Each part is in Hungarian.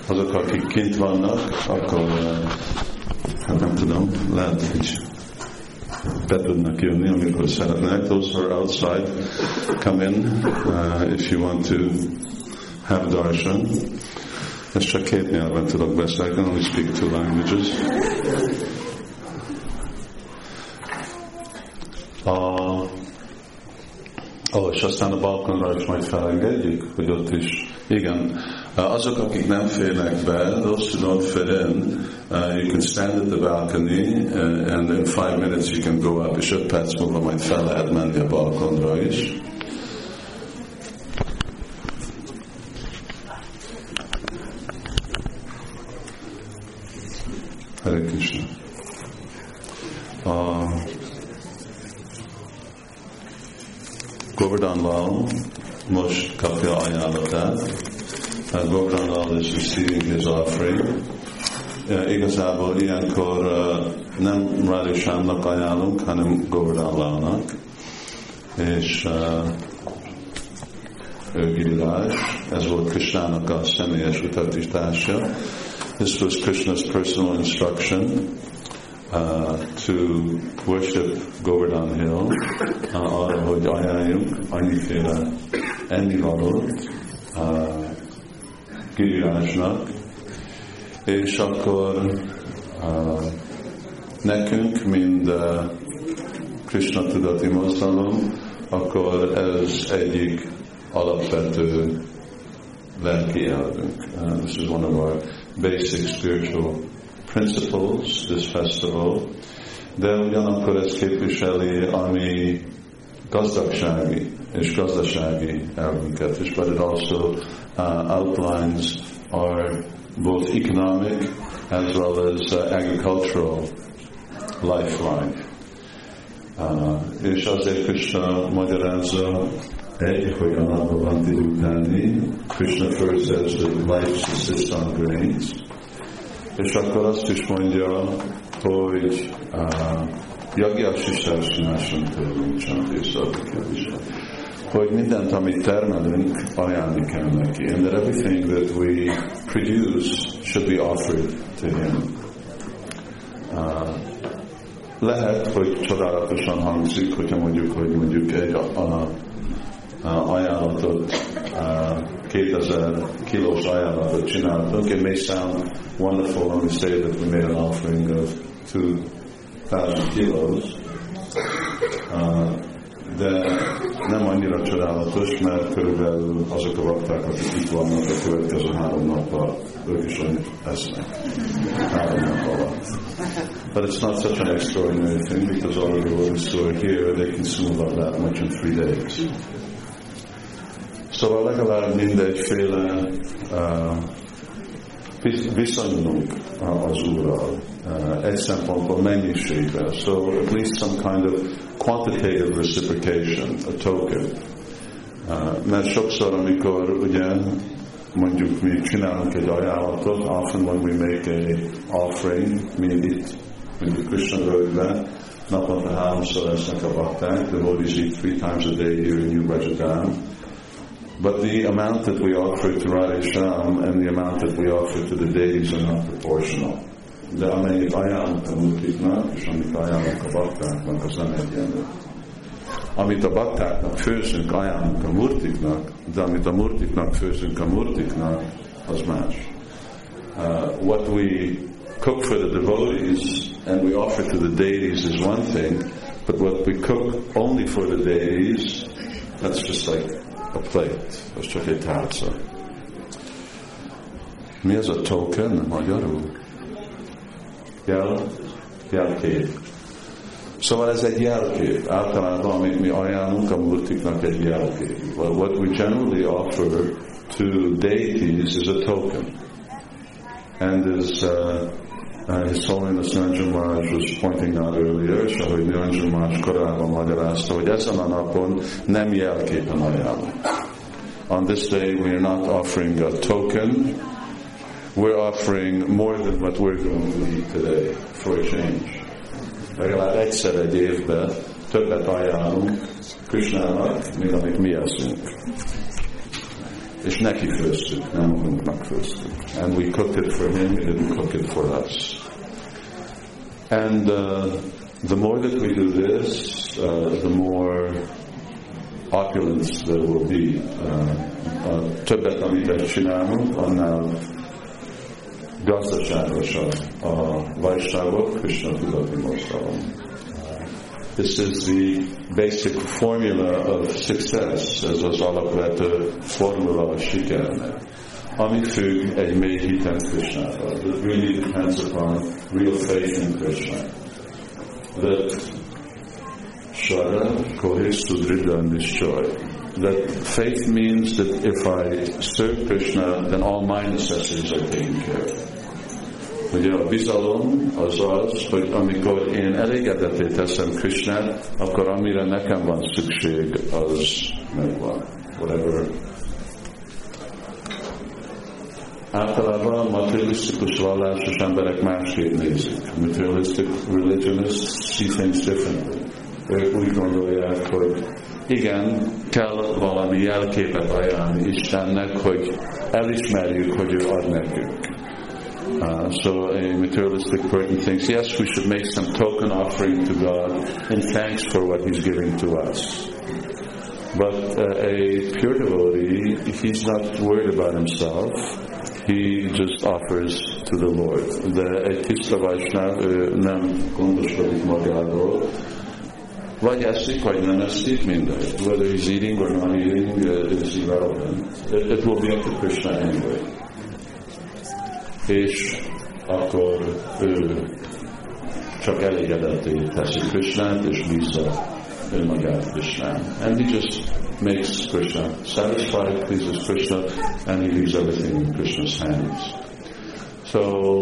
Azok, akik kint vannak, akkor hát nem tudom, lehet, hogy be tudnak jönni, amikor szeretnek. Those who are outside, come in if you want to have darshan. Ezt csak 2 nyelven tudok beszélni, I can only speak 2 languages. És aztán a balkonra is majd felengedjük, hogy ott is, igen, azok, akik nem férnek be, those who don't fit in, you can stand at the balcony, and in 5 minutes you can go up, és 5 perc múlva majd fel lehet menni a balkonra is. Hare Krishna. Govardhan Lal most kapja ajánlatát. Govardhan Lal is receiving his offering. Igazából ilyenkor nem Radha Shyamnak ajánlunk, hanem Govardhan Lalnak. És ő Giriraj, ez volt Krishnának a személyes utasítása. This was Krishna's personal instruction to worship Govardhan Hill, arra, hogy ajánljunk annyiféle ennivalót Girirajnak, és akkor nekünk, mint Krishna tudati mozdalom, akkor ez egyik alapvető lelki elvünk. This is one of our basic spiritual principles, this festival, de ugyanakkor ez képviseli a mi gazdagsági és gazdasági elvünket is, but it also outlines our both economic as well as agricultural lifeline. És azért Krishna magyarázza hogy annak van tudjuk tenni. Krishna first says that life subsists on grains. És akkor azt is mondja, hogy hogy mindent, amit termelünk, ajánlni kell neki. And that everything that we produce should be offered to him. Lehet, hogy csodálatosan hangzik, hogyha mondjuk egy ajánlatot, 2000 kilós ajánlatot csináltunk. It may sound wonderful when we say that we made an offering of 2,000 kilos, de nem annyira csodálatos, mert körülbelül azok a bakták, akik itt vannak a következő 3 napban, ők is annyit esznek 3 nap alatt. But it's not such an extraordinary thing, because all of the workers who are here, they consume about that much in 3 days. Szóval legalább mindegyféle viszonyulunk az Úrral, egy szempontból mennyiségben. So at least some kind of quantitative reciprocation, a token. Mert sokszor, amikor ugye mondjuk mi csinálunk egy ajánlatot, often when we make an offering, mint itt, mint a Krishna völgyben, naponta 3-szor esznek a bakták, the devotees eat 3 times a day here in New Brajadam. But the amount that we offer to Radha Shyam and the amount that we offer to the deities are not proportional. De amennyit ajánlunk a murtiknak, és amit ajánlunk a baktáknak, az nem egyenlő. Amit a baktáknak főzünk, ajánlunk a murtiknak, de amit a murtiknak főzünk a murtiknak, az más. What we cook for the devotees and we offer to the deities is one thing, but what we cook only for the deities, that's just like a plate, az csak egy tálca. Mi ez a token magyarul? Jelkép. Szóval ez egy jelkép. Általában, amit mi ajánlunk a murtiknak, egy jelkép. Well, what we generally offer to deities is a token. And as His Holiness Niranjan Maharaj was pointing out earlier, és ahogy Niranjan Maharaj korábban magyarázta, hogy ezen a napon nem jelképen ajánlunk. On this day we are not offering a token, we're offering more than what we're going to eat today for a change. Legalább egyszer egy évben többet ajánlunk Krishnának, mint amit mi eszünk. és neki főztük, nem magunknak főztük. And we cooked it for him, he didn't cook it for us. And the more that we do this, the more opulence there will be. Többet, amit csinálunk, annál gazdaságosabb a Vaisnavok Krishna tudati mozgalom. This is the basic formula of success, ez az alapvető formula a sikernek, ami függ egy mély hiten Krishnával. It really depends upon real faith in Krishna. That Shara Kohis Sudrida Nishchoy. That faith means that if I serve Krishna, then all my necessities are taken care of. Ugye a bizalom az az, hogy amikor én elégedetté teszem Krishnát, akkor amire nekem van szükség, az megvan. Whatever. Általában a materialisztikus vallásos emberek másképp nézik. Materialistic religionists see things differently. Ők úgy gondolják, hogy igen, kell valami jelképet ajánlni Istennek, hogy elismerjük, hogy ő ad nekünk. So a materialistic person thinks, yes, we should make some token offering to God in thanks for what He's giving to us. But a pure devotee, he's not worried about himself. He just offers to the Lord. De egy tiszta Vaisnáv nem gondoskodik magáról. Vagy eszik, vagy nem eszik, mindegy. Whether he's eating or not eating is irrelevant. It will be up to Krishna anyway. És akkor ő csak elégedetté teszi Krishnát, és bízza önmagát Krishnán. And he just makes Krishna satisfied, pleases Krishna, and he leaves everything in Krishna's hands. So,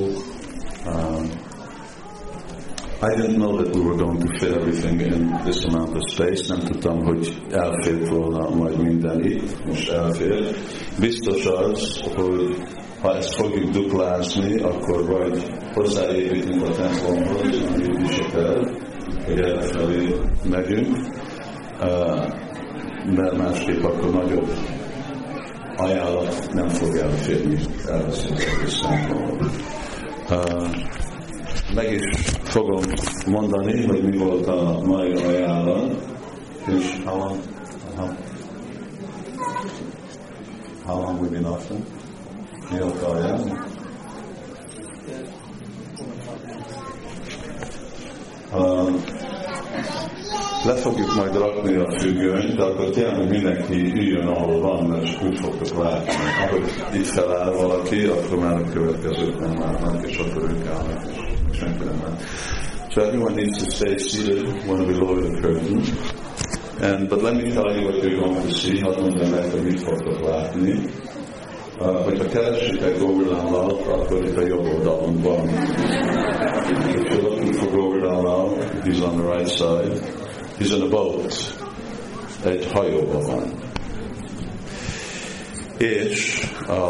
I didn't know that we were going to fit everything in this amount of space. Nem tudtam, hogy elfért volna majd minden itt, most elfér. Biztos az, hogy ha ezt fogjuk duplázni, akkor vagy hozzáépítünk a templomhoz, amit is el, hogy elfelé megyünk, mert másképp akkor nagyobb ajánlat nem fog elférni elveszíteni. Meg is fogom mondani, hogy mi volt a mai ajánlat, és how long we've been offering? Mi volt a ajánlat? Le fogjuk majd rakni a függönyt, de akkor tényleg mindenki üljön, ahol van, mert úgy fogtok látni. Ahogy itt feláll valaki, akkor már a következők nem állnak, és akkor ők állnak, és senki nem áll. So everyone needs to stay seated when we lower the curtain. But let me tell you what you're going to see. Hadd mondjam meg, hogy mit fogtok látni. Hogyha keresitek Govardhan Lal, akkor itt a jobb oldalon van. If you're looking for Govardhan Lal, he's on the right side. He's in a boat. Egy hajóban van. És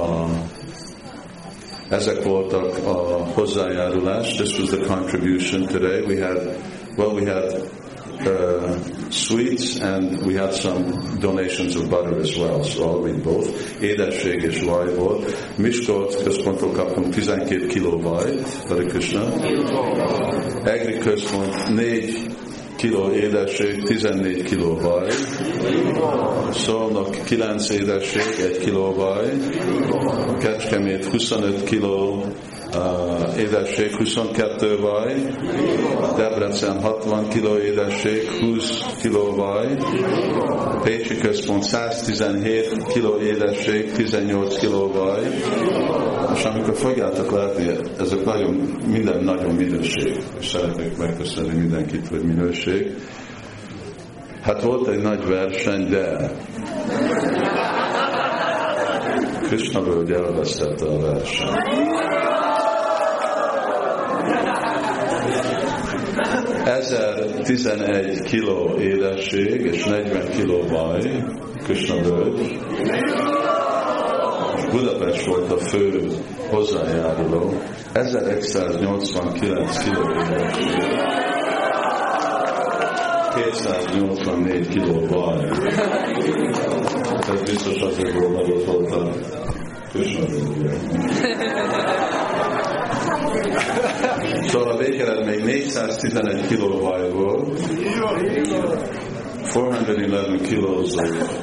ezek voltak a hozzájárulás. This was the contribution today. We had sweets and we had some donations of butter as well. So I'll read both. Édesség és vaj volt. Miskolc központtól kaptunk 12 kiló vajt, Hare Krishna. Egri központ 4 kiló édesség, 14 kiló vaj. Szolnok 9 édesség, 1 kiló vaj. Kecskemét 25 kiló édesség, 22 vaj. Debrecen 60 kiló édesség, 20 kiló vaj. Pécsi központ 117 kiló édesség, 18 kiló vaj. És amikor fogjátok látni, ezek minden nagyon minőség, és szeretnék megköszönni mindenkit, hogy minőség. Hát volt egy nagy verseny, de Krishna völgy elvesztette a versenyt. 1011 kiló édesség és 40 kiló vaj, Krishna völgy. Budapest volt a fő hozzájáruló, 1189 kiló édesség, 284 kiló vaj. Ez biztos azért volt a 411 kiló vaj volt, 411 kilos of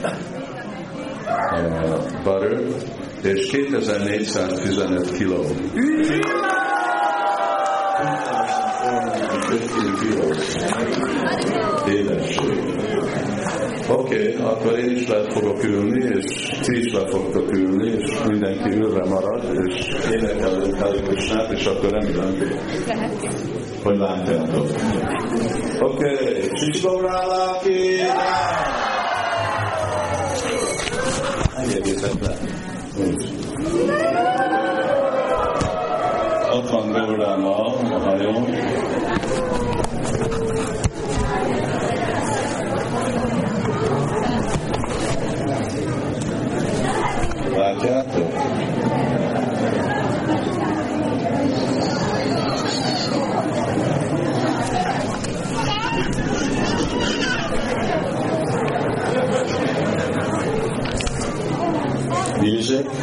butter, és 2415 kiló. 15 kilos édesség. Oké, akkor én is le fogok ülni, és ti is le fogtok ülni, és mindenki ülve marad, és énekelünk Hare Krishnát, és akkor remélem, hogy látjátok. Oké, Sisgórála ki! Engedjétek le. Ott van Gauráma a hajón. Látjátok? Music.